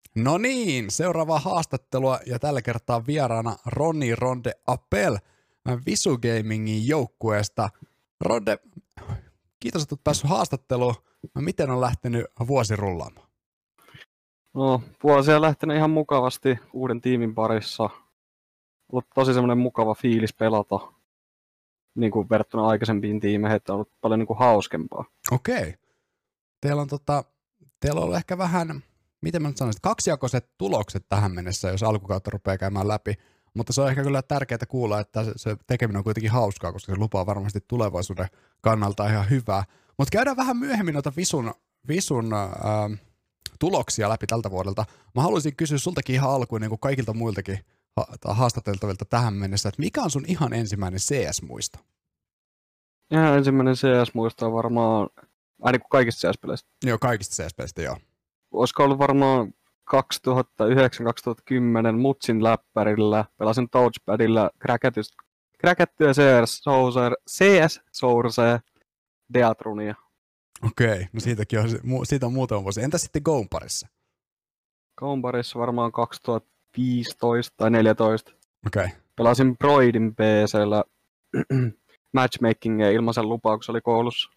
No niin, seuraavaa haastattelua ja tällä kertaa vieraana Roni Ronde Appel Visu Gamingin joukkueesta. Ronde, kiitos, että olet päässyt haastatteluun. Miten on lähtenyt vuosi rullaamaan? No, vuosi on lähtenyt ihan mukavasti uuden tiimin parissa. Ollut tosi semmoinen mukava fiilis pelata niin kuin verrattuna aikaisempiin tiimeihin, että on ollut paljon niin kuin hauskempaa. Okei. Teillä on ollut ehkä vähän, miten mä nyt sanoisin, kaksijakoiset tulokset tähän mennessä, jos alkukautta rupeaa käymään läpi. Mutta se on ehkä kyllä tärkeää kuulla, että se tekeminen on kuitenkin hauskaa, koska se lupaa varmasti tulevaisuuden kannalta ihan hyvää. Mutta käydään vähän myöhemmin noita Visun tuloksia läpi tältä vuodelta. Mä haluaisin kysyä sultakin ihan alkuun, niin kuin kaikilta muiltakin haastateltavilta tähän mennessä, että mikä on sun ihan ensimmäinen CS-muisto? Ihan ensimmäinen CS-muisto on varmaan, aina kuin kaikista CS-peleistä. Joo, kaikista CS-peleistä, joo. Olisiko ollut varmaan 2009-2010 Mutsin läppärillä, pelasin touchpadilla kräkättyä CS Sourcea Deatrunia. Okei, no siitä on muutama vuosi. Entä sitten Goomparissa? Goomparissa varmaan 2015 tai 2014. Okei. Pelasin Broidin PC:llä matchmakingia ilmaisen lupauksen oli koulussa.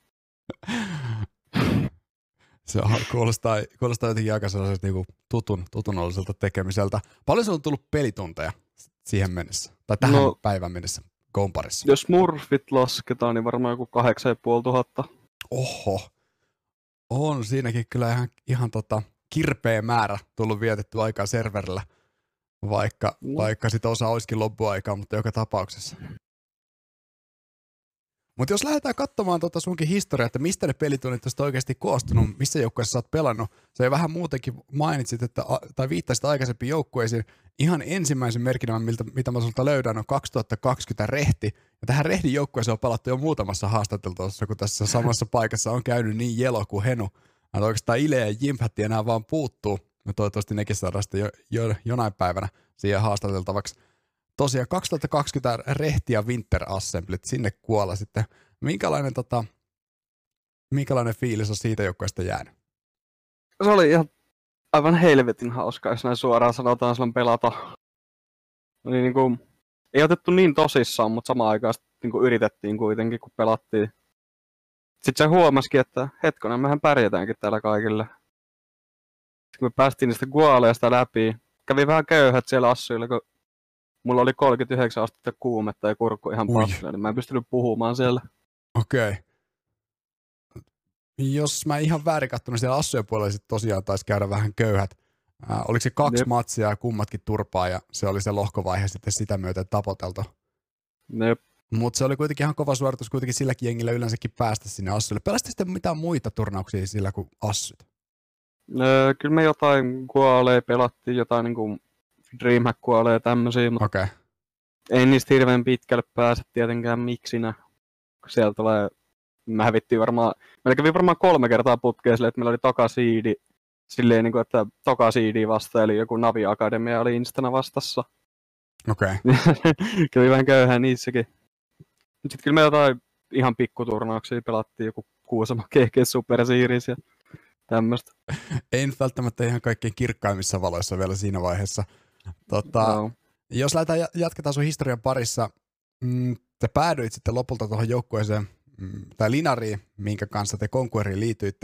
Se kuulostaa jotenkin aika sellaiselta niin tutunnolliselta tekemiseltä. Paljon se on tullut pelitunteja siihen mennessä, tai tähän päivään mennessä Goomparissa? Jos Smurfit lasketaan, niin varmaan joku 8500. Oho, on siinäkin kyllä ihan kirpeä määrä tullut vietetty aikaa serverillä, vaikka sitä osa olisikin loppuaikaa, mutta joka tapauksessa. Mutta jos lähdetään katsomaan sunkin historiaa, että mistä ne pelitunnit on oikeasti koostunut, missä joukkueessa sä oot pelannut, sä vähän muutenkin mainitsit, tai viittasit aikaisempiin joukkueisiin, ihan ensimmäisen merkinnän, mitä mä sulta löydän, on 2020 Rehti, ja tähän Rehdin joukkueeseen on palattu jo muutamassa haastattelussa, kun tässä samassa paikassa on käynyt niin Jelo kuin Henu, että oikeastaan Ile ja Jimpatti enää vaan puuttuu, ja toivottavasti nekin saadaan sitten jonain päivänä siihen haastateltavaksi. Tosiaan 2020 Rehti ja Winter Assemblyt, sinne kuolla sitten. Minkälainen fiilis on siitä joukkueesta jäänyt? Se oli ihan aivan helvetin hauska, jos näin suoraan sanotaan silloin pelata. Oli niinku, ei otettu niin tosissaan, mutta samaan aikaan niinku yritettiin kuitenkin, kun pelattiin. Sitten se huomasikin, että hetkonen, mehän pärjätäänkin täällä kaikille. Sitten kun me päästiin niistä guaaleista läpi, kävi vähän köyhät siellä assuilla, kun mulla oli 39 astetta kuumetta ja kurkku ihan passia, niin mä en pystynyt puhumaan siellä. Okei. Jos mä ihan väärin kattonut, siellä assujen puolella sitten tosiaan taisi käydä vähän köyhät. Oliko se 2 matsia ja kummatkin turpaa ja se oli se lohkovaihe sitten sitä myöten tapoteltu? Mutta se oli kuitenkin ihan kova suoritus kuitenkin silläkin jengillä yleensäkin päästä sinne assuille. Pelasitko sitten mitään muita turnauksia sillä kuin assyt? Kyllä me jotain kuolee pelattiin, jotain niinku Dreamhack kuolee ja tämmösiä, mutta ei niistä hirveän pitkälle pääse tietenkään miksinä. Sieltä tulee, meillä kävi varmaan 3 kertaa putkeen silleen, että meillä oli toka siidi, silleen niin kuin, että toka siidi vasta, eli joku Navi Academia oli instana vastassa. Okei. Kävi vähän köyhää niissäkin. Sitten kyllä me jotain ihan pikkuturnauksia pelattiin, joku Kuusamo GG Super Series ja tämmöstä. Ei nyt välttämättä ihan kaikkein kirkkaimmissa valoissa vielä siinä vaiheessa. Jos jatketaan sun historian parissa, te päädyit sitten lopulta tuohon joukkueeseen, tai Linariin, minkä kanssa te Conqueriin liityitte.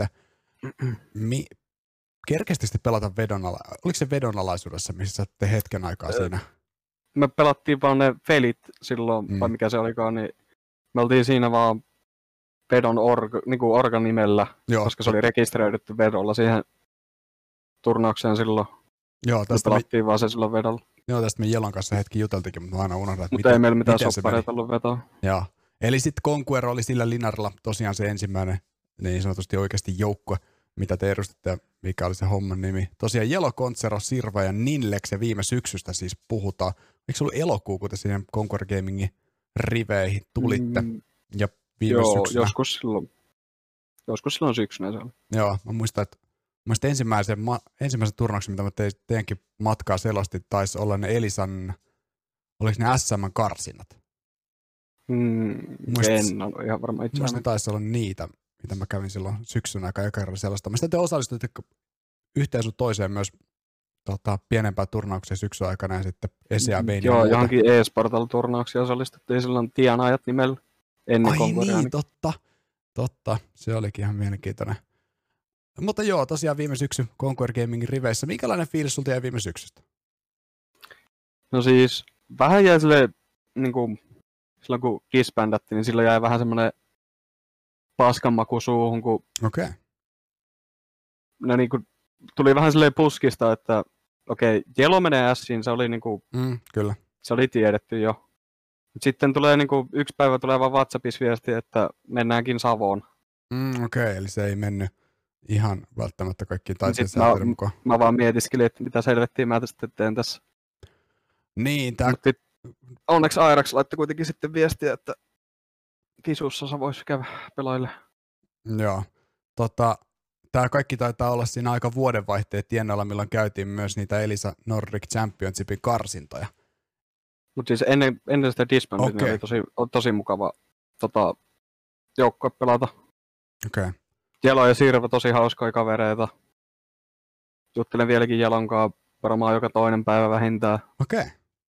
Kerkesti sitten pelata oliko se vedonalaisuudessa, missä te hetken aikaa siinä? Me pelattiin vaan ne felit silloin, vai mikä se olikaan, niin me oltiin siinä vaan vedon niinku organimellä, koska se oli rekisteröidytty vedolla siihen turnaukseen silloin. Joo, tästä pelattiin vaan se silloin vedolla. Joo, tästä me Jelon kanssa hetki juteltikin, mutta aina unohdan, mutta ei meillä mitään soppareita ollut vetoa. Joo. Eli sitten Conquer oli sillä Linarilla tosiaan se ensimmäinen niin sanotusti oikeasti joukkue, mitä te edustitte, mikä oli se homman nimi. Tosiaan Jelo, Kontsero, Sirva ja Ninlex ja viime syksystä siis puhutaan. Eikö se ollut elokuu, kun te siihen Conquer Gamingin riveihin tulitte? Ja viime syksynä. Joskus silloin syksynä se oli. Joo, mä muistan, että ensimmäisen turnauksen, mitä mä teidänkin matkaa selostin, taisi olla ne Elisan, oliko ne SM-karsinat? En ole ihan varma itse asiassa. Ne taisi olla niitä, mitä mä kävin silloin syksyn aikaa joka kerran selostamassa. Sitten te osallistuitte yhteen sun toiseen myös pienempään turnaukseen syksyn aikana ja sitten ESEA Main Joo, johonkin e-sportal-turnauksiin osallistuttiin silloin Tianajat nimellä ennen Ai Concordia. niin, totta. Se olikin ihan mielenkiintoinen. Mutta joo, tosiaan viime syksy Concord Gamingin riveissä. Minkälainen fiilis sulta jäi viime syksystä? No siis, vähän jäi silleen, niinku, silloin kun disbändattiin, niin silloin jäi vähän semmoinen paskanmaku suuhun, kun Okei. ne niinku, tuli vähän silleen puskista, että okei, Jelo menee Siin, se oli niinku, Kyllä. se oli tiedetty jo. Sitten tulee niinku, yksi päivä tulee vaan WhatsAppissa viesti, että mennäänkin Savoon. Okei, eli se ei mennyt ihan välttämättä kaikkiin taitseen sääntöjen mukaan. Mä vaan mietiskelin, että mitä selvettiä mä sitten teen tässä. Niin, onneksi Airax laittoi kuitenkin sitten viestiä, että kisussa sä vois käydä pelaille. Joo. Tämä kaikki taitaa olla siinä aika vuodenvaihteen tienoilla, milloin käytiin myös niitä Elisa Nordic Championshipin karsintoja. Mutta siis ennen sitä disbandia oli tosi mukava joukkue pelata. Okei. Jelo ja Sirva tosi hauskoja kavereita. Juttelen vieläkin Jelon kanssa varmaan joka toinen päivä vähintään. Okei.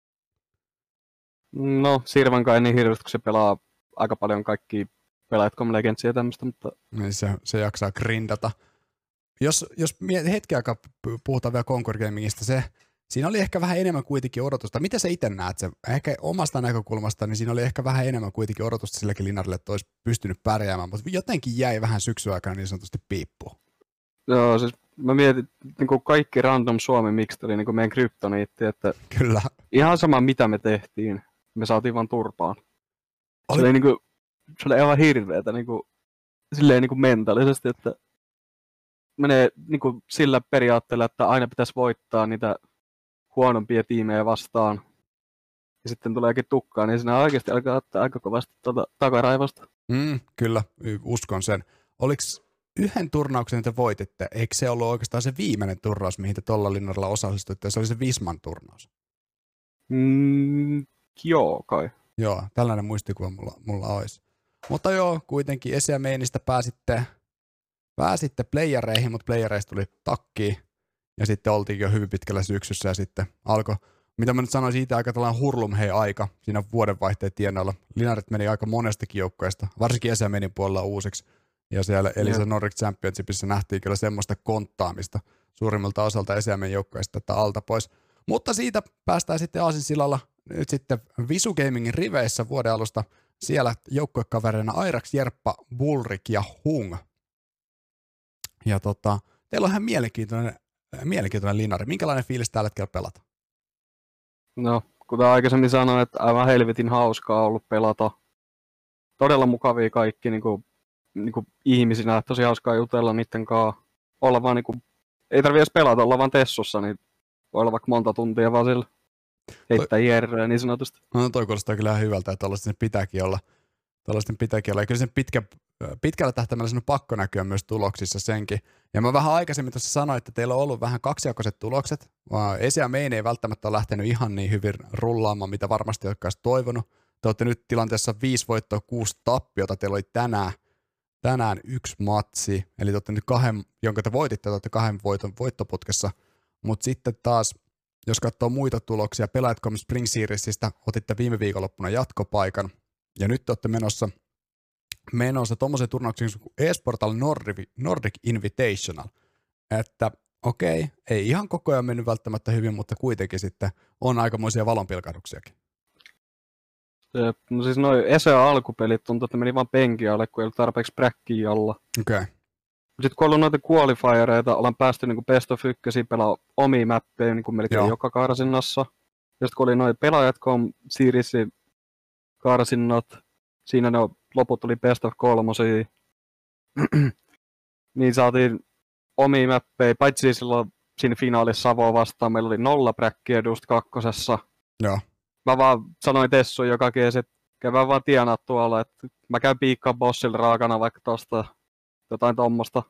No, Sirvan kai niin hirveästi, kun se pelaa aika paljon kaikkia Pelaajat.com Legendsia ja tämmöistä, mutta Niin se jaksaa grindata. Jos hetken aikaa puhutaan vielä Concord Gamingista, siinä oli ehkä vähän enemmän kuitenkin odotusta. Miten sä itse näet sen? Ehkä omasta näkökulmasta, niin siinä oli ehkä vähän enemmän kuitenkin odotusta silläkin Linarille, että olisi pystynyt pärjäämään, mutta jotenkin jäi vähän syksyn aikana niin sanotusti piippuun. joo, siis mä mietin, niin kuin kaikki random Suomen mixed oli niin kuin meidän kryptoniitti, että Kyllä. ihan sama mitä me tehtiin, me saatiin vaan turpaan. Oli- Se oli aivan hirveetä silleen mentaalisesti, että menee sillä periaatteella, että aina pitäisi voittaa niitä huonompia tiimejä vastaan. Ja sitten tuleekin tukkaan, niin siinä oikeasti alkaa ottaa aika kovasti takaraivosta. Kyllä, uskon sen. Oliko yhden turnauksen te voititte? Eikö se ollut oikeastaan se viimeinen turnaus, mihin te tuolla Linnarilla osallistuitte? Se oli se Visman turnaus. Joo, kai. Joo, tällainen muistikuva mulla olisi. Mutta joo, kuitenkin ESEA Mainista pääsitte playereihin, mutta playereista tuli takkiin. Ja sitten oltiin jo hyvin pitkällä syksyssä ja sitten alkoi, mitä mä nyt sanoisin, siitä aika tällainen hurlumhei-aika siinä vuodenvaihteen tienoilla. Linarit meni aika monestakin joukkueesta, varsinkin ESEA Mainin puolella uusiksi. Ja siellä Elisa Nordic Championshipissa nähtiin kyllä semmoista konttaamista suurimmalta osalta ESEA Main joukkueesta, että alta pois. Mutta siitä päästään sitten aasinsillalla nyt sitten Visu Gamingin riveissä vuoden alusta. Siellä joukkuekavereina Airax, Jerppa, Bulrik ja Hung. Ja teillä on ihan mielenkiintoinen linari. Minkälainen fiilis tällä hetkellä pelata? No, kuten aikaisemmin sanoin, että aivan helvetin hauskaa ollut pelata. Todella mukavia kaikki niinku ihmisinä, tosi hauskaa jutella niiden kanssa. Olla vaan ei tarvitse edes pelata, olla vaan tessussa, niin voi olla vaikka monta tuntia vaan sillä heittää jerryä niin sanotusti. No toi kuulostaa kyllä ihan hyvältä, että tällaisten pitääkin olla. Ja kyllä sen pitkällä tähtäimellä on pakko näkyä myös tuloksissa senkin. Ja mä vähän aikaisemmin tuossa sanoin, että teillä on ollut vähän kaksijakoiset tulokset. ESEA Main ei välttämättä ole lähtenyt ihan niin hyvin rullaamaan, mitä varmasti olisi toivonut. Te olette nyt tilanteessa 5 voittoa, 6 tappiota. Teillä oli tänään 1 matsi, eli te olette nyt jonka te voititte, te olette 2 voiton voittoputkessa. Mutta sitten taas, jos katsoo muita tuloksia, Pelaajat.com Spring Seriesistä otitte viime viikonloppuna jatkopaikan. Ja nyt te olette menossa tuommoisen turnauksen kuin eSportal Nordic Invitational. Että okei, ei ihan koko ajan mennyt välttämättä hyvin, mutta kuitenkin sitten on aikamoisia valonpilkahduksiakin. No siis noi ESEA-alkupelit tuntuu, että meni vaan penkin alle, kun ei ollut tarpeeksi bräkkiä alla. Okei. Sitten kun on ollut noita qualifiereita, ollaan päästy best of 1 pelaa omia mappeja melkein joka karsinnassa. Ja sitten kun oli noin Pelaajat.com Seriesin karsinnat, siinä loput oli best of 3. Niin saatiin omia mappeja, paitsi silloin siinä finaalissa Savoa vastaan, meillä oli 0 bräkkiä just 2. Joo. Mä vaan sanoin Tessuun joka kesä, että käydään vaan tienaa tuolla, että mä käyn piikkaan bossille raakana vaikka tosta jotain tommosta.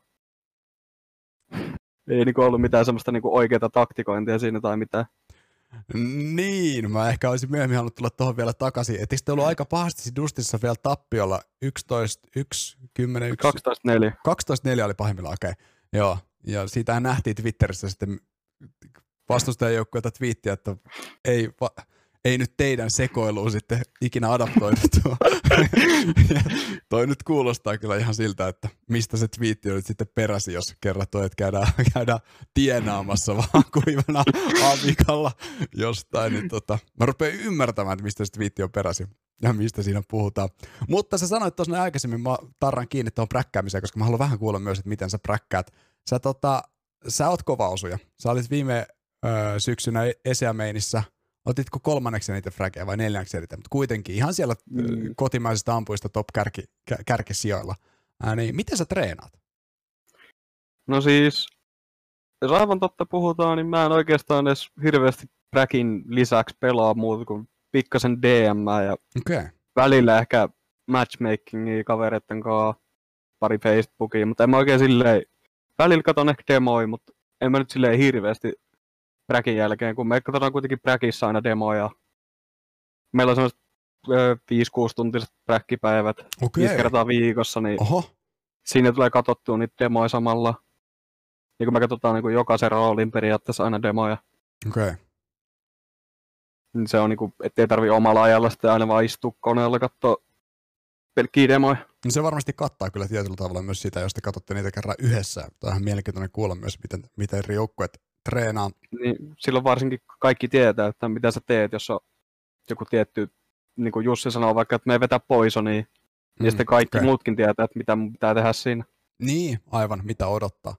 Ei ollut mitään semmoista oikeaa taktikointia siinä tai mitään. Niin, mä ehkä olisin myöhemmin halunnut tulla tuohon vielä takaisin. Ettekö te ollut aika pahasti Dustissa vielä tappiolla 11, 1, 10, 1? 12-4. 12-4 oli pahimmillaan, okei. Joo, ja siitähän nähtiin Twitterissä sitten vastustajajoukkueelta twiittiä, että ei nyt teidän sekoiluun sitten ikinä adaptoitu. Toi nyt kuulostaa kyllä ihan siltä, että mistä se twiitti on nyt sitten peräsi, jos kerran toi, että käydään tienaamassa vaan kuivana aavikalla jostain. Niin mä rupean ymmärtämään, että mistä se twiitti on peräsi ja mistä siinä puhutaan. Mutta sä sanoit tuossa aikaisemmin, mä tarran kiinni tuohon präkkäämiseen, koska mä haluan vähän kuulla myös, että miten sä präkkäät. Sä oot kova osuja. Sä olit viime syksynä Esiameinissä. Otitko 3. eniten fräkeä vai 4. eniten, mutta kuitenkin ihan siellä kotimaisista ampuista top kärkisijoilla. Niin miten sä treenaat? No siis, jos aivan totta puhutaan, niin mä en oikeastaan edes hirveästi fräkin lisäksi pelaa muuta kuin pikkasen DM ja välillä ehkä matchmakingia kavereiden kanssa, pari Facebookia, mutta en mä oikein silleen, välillä katon ehkä demoi, mutta en mä nyt silleen hirveästi präkin jälkeen, kun me katsotaan kuitenkin präkissä aina demoja. Meillä on sellaiset 5-6 tuntiset präkkipäivät 5 kertaa viikossa, niin siinä tulee katsottua niitä demoja samalla. Niin kun me katsotaan niin jokaisen roolin periaatteessa aina demoja. Niin se on niin kuin, ettei tarvii omalla ajalla sitten aina vaan istua koneella katsoa pelkkiä demoja. No se varmasti kattaa kyllä tietyllä tavalla myös sitä, jos te katsotte niitä kerran yhdessä. Tämä on ihan mielenkiintoinen kuulla myös, miten eri joukkueet treenaa. Niin, silloin varsinkin kaikki tietää, että mitä sä teet, jos on joku tietty, niin kuin Jussi sanoo vaikka, että me vetää Poisonia, ja sitten kaikki muutkin tietää, että mitä mun pitää tehdä siinä. Niin, aivan, mitä odottaa.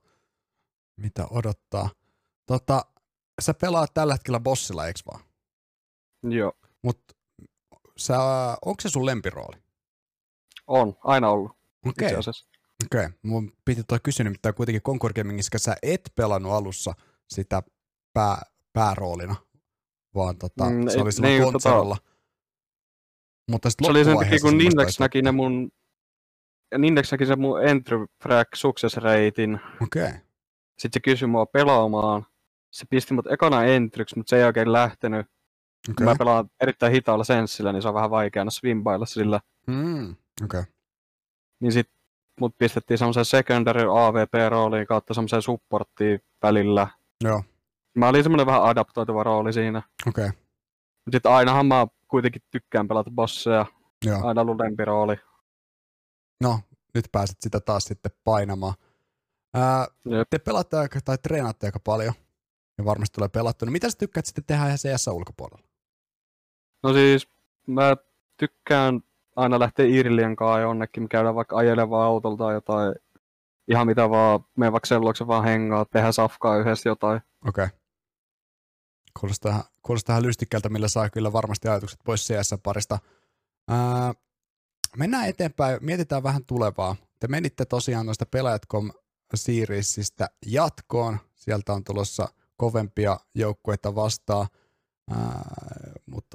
Sä pelaat tällä hetkellä bossilla, eikö vaan? Joo. Mut onko se sun lempirooli? On, aina ollut. Itse asiassa. Okei, mun piti toi kysyä, nimittäin kuitenkin Concord Gamingissa sä et pelannut alussa sitä pääroolina, vaan se oli silloin Kontserolla. Mutta se oli sen takia, kun Nindex näki sen mun entry frag success ratein. Sitten se kysyi mua pelaamaan. Se pisti mut ekana entryksi, mutta se ei oikein lähtenyt. Kun mä pelaan erittäin hitaalla senssillä, niin se on vähän vaikea aina swimbailla sillä. Niin sit mut pistettiin semmoiseen secondary AVP-rooliin kautta semmoiseen supporttiin välillä. Joo. Mä olin semmoinen vähän adaptoituva rooli siinä. Mut sit ainahan mä kuitenkin tykkään pelata bosseja. Joo. Aina ollut lempirooli. No, nyt pääset sitä taas sitten painamaan. Te pelaatte tai treenaatte aika paljon. Ja varmasti tulee pelattu. No mitä sä tykkäät sitten tehdä ihan CS-ulkopuolella? No siis, mä tykkään aina lähteä Irlien kanssa jonnekin. Me käydään vaikka ajelevaa autolta tai jotain. Ihan mitä vaan, mene vaikka selloksen vaan hengaa, tehdään safkaa yhdessä jotain. Kuulostaa ihan lystikkältä, millä saa kyllä varmasti ajatukset pois CS-parista. Mennään eteenpäin, mietitään vähän tulevaa. Te menitte tosiaan noista Pelaajat.com Seriesistä jatkoon. Sieltä on tulossa kovempia joukkueita vastaan. Mutta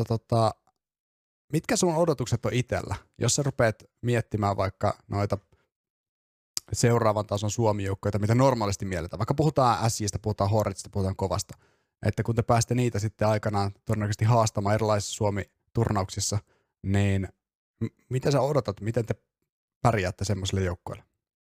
mitkä sun odotukset on itsellä? Jos sä rupeat miettimään vaikka noita seuraavan tason Suomi-joukkoita, mitä normaalisti mielletään. Vaikka puhutaan SJ:stä, puhutaan Hornetsista, puhutaan Kovasta. Että kun te pääste niitä sitten aikanaan todennäköisesti haastamaan erilaisissa Suomi-turnauksissa, niin mitä sä odotat, miten te pärjäätte semmoisille joukkoille?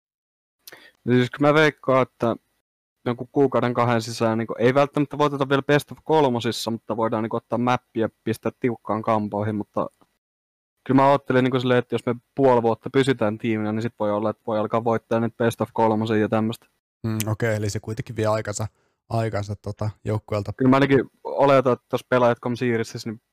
Siis kun mä veikkaan, että jonkun kuukauden 2 sisään niin ei välttämättä voiteta vielä best of 3, mutta voidaan niin ottaa mappia ja pistää tiukkaan kampoihin, mutta kyllä mä ajattelin niin silleen, että jos me puoli vuotta pysytään tiiminä, niin sit voi olla, että voi alkaa voittaa nyt best of 3 ja tämmöistä. Eli se kuitenkin vie aikansa joukkueelta. Kyllä mä ainakin oletan, että tuossa Pelaajat.com Seriesissä niin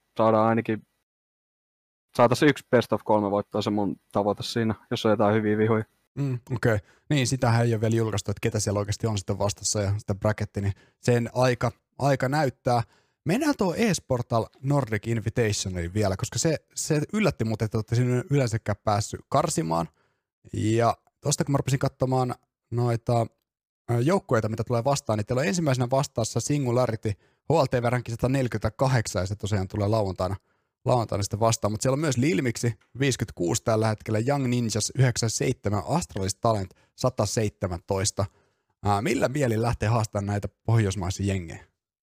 saataisiin 1 best of 3 voittaa se mun tavoite siinä, jos on jotain hyviä vihoja. Niin, sitähän ei ole vielä julkaistu, että ketä siellä oikeasti on sitten vastassa ja sitä bracketti, niin sen aika näyttää. Mennään tuo eSportal Nordic Invitationaliin vielä, koska se yllätti mut, että olette sinne yleensäkään päässyt karsimaan. Ja tuosta kun mä rupesin katsomaan noita joukkueita, mitä tulee vastaan, niin teillä on ensimmäisenä vastaassa Singularity, HLTV-rankin 148, ja se tosiaan tulee lauantaina sitten vastaan, mutta siellä on myös Lilmiksi 56 tällä hetkellä, Young Ninjas 97, Astralis Talent 117. Millä mielin lähtee haastamaan näitä pohjoismaisia jengejä?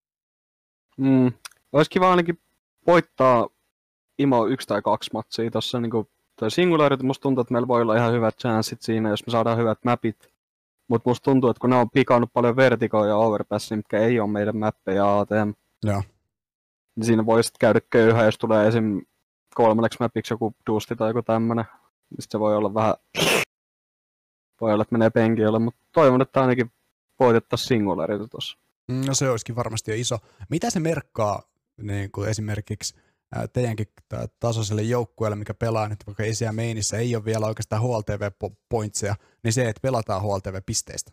Olisi kiva ainakin voittaa IMO 1 tai 2 matsia tuossa. Niin toi Singularity, musta tuntuu, että meillä voi olla ihan hyvät chanssit siinä, jos me saadaan hyvät mapit. Mutta musta tuntuu, että kun ne on pikannut paljon vertikoja ja overpassia, mitkä ei ole meidän mappeja ATM, Joo. niin siinä voi sitten käydä köyhä, jos tulee esim. 3. mapiksi joku dusti tai joku tämmönen. Sitten se voi olla vähän... Voi olla, että menee penkille, mutta toivon, että ainakin voitettaisiin singularita tuossa. No se olisikin varmasti jo iso. Mitä se merkkaa niin kuin esimerkiksi teidänkin tasoiselle joukkueelle, mikä pelaa nyt vaikka esi- ja meinissä, ei ole vielä oikeastaan HLTV-pointseja, niin se, että pelataan HLTV-pisteistä?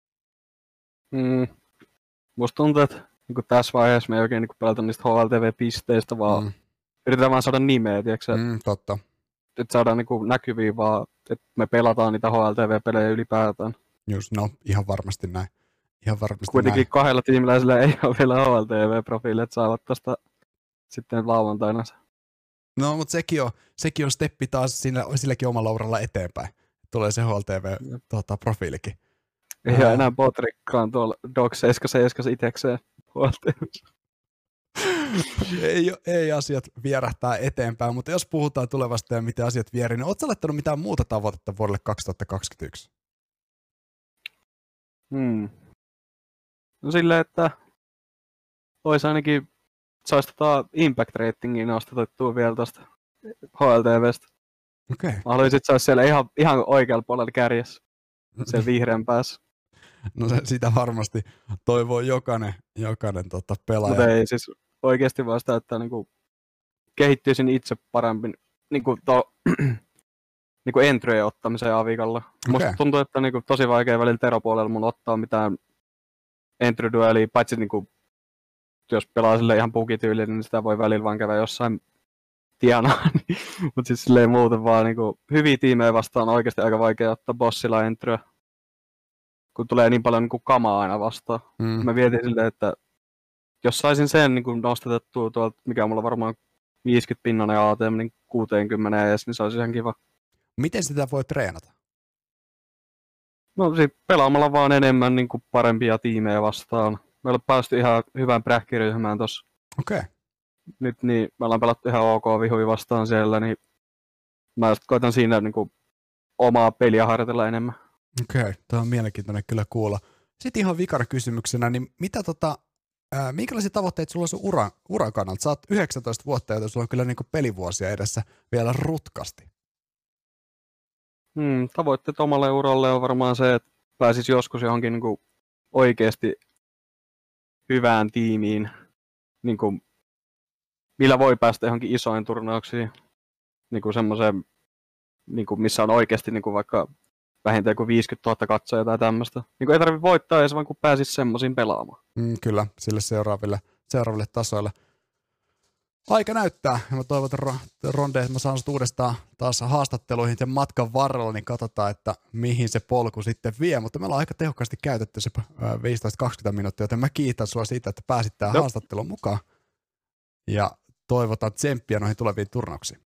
Musta tuntuu, että niin tässä vaiheessa me ei oikein niin pelata niistä HLTV-pisteistä, vaan yritetään vaan saada nimeä, tiedätkö? Totta. Että saadaan niin näkyviä vaan, että me pelataan niitä HLTV-pelejä ylipäätään. Just, no ihan varmasti näin. Ihan varmasti kuitenkin näin. 2 tiimiläisillä ei ole vielä HLTV-profiilia, että saavat tästä sitten lauantaina. No, mutta sekin on steppi taas silläkin omalla uralla eteenpäin. Tulee se HLTV-profiilikin. Ei ole enää botrikkaan tuolla Dog 77 itekseen HLTV. ei asiat vierähtää eteenpäin, mutta jos puhutaan tulevasta ja miten asiat vieri, niin ootko laittanut mitään muuta tavoitetta vuodelle 2021? No silleen, että olisi ainakin saisi impact ratingia nostatettua vielä tuosta HLTVstä. Okei. Mä haluaisin, että se olisi siellä ihan oikealla puolella kärjessä, sen vihreän päässä. No sitä varmasti toivoo jokainen pelaaja. Mutta ei siis oikeasti vaan sitä, että niinku kehittyisin itse paremmin niinku entryjen ottamiseen avikalla. Okay. Musta tuntuu, että niinku tosi vaikea välillä teropuolella mun ottaa mitään entry-duelia, paitsi niinku, jos pelaa sille ihan bugityyliin, niin sitä voi välillä vaan käydä jossain tienaan. Mutta siis silleen muuten vaan niinku, hyviä tiimejä vastaan on oikeasti aika vaikea ottaa bossilla entryä, kun tulee niin paljon niinku kamaa aina vastaan. Mä mietin silleen, että jos saisin sen niin nostatettua tuolta, mikä on mulla varmaan 50 pinnanen ATM, niin 60 edes, niin se olisi ihan kiva. Miten sitä voi treenata? No siis pelaamalla vaan enemmän niin kuin parempia tiimejä vastaan. Me ollaan päästy ihan hyvään prähkiryhmään tossa. Okei. Nyt niin, me ollaan pelattu ihan ok vihui vastaan siellä, niin mä koitan siinä niin kuin omaa peliä harjoitella enemmän. Okei, tämä on mielenkiintoinen kyllä kuulla. Sitten ihan vikana kysymyksenä, niin minkälaisia tavoitteita sulla on sun uran kannalta? Sä oot 19 vuotta, joten sulla on kyllä niin kuin pelivuosia edessä vielä rutkasti. Tavoitteet omalle uralle on varmaan se, että pääsisi joskus johonkin niin kuin oikeasti hyvään tiimiin, niin kuin, millä voi päästä johonkin isoin turnauksiin, niin kuin semmoiseen, niin kuin, missä on oikeasti niin kuin vaikka vähintään kuin 50 000 katsojaa tai tämmöistä. Niin kuin ei tarvitse voittaa edes vaan, kun pääsisi semmoisiin pelaamaan. Kyllä, sille seuraaville tasoille. Aika näyttää. Ja mä toivon, Ronde, että mä saan sut uudestaan taas haastatteluihin sen matkan varrella, niin katsotaan, että mihin se polku sitten vie. Mutta me ollaan aika tehokkaasti käytetty se 15-20 minuuttia, joten mä kiitän sua siitä, että pääsit tähän haastatteluun mukaan. Ja toivotan tsemppiä noihin tuleviin turnauksiin.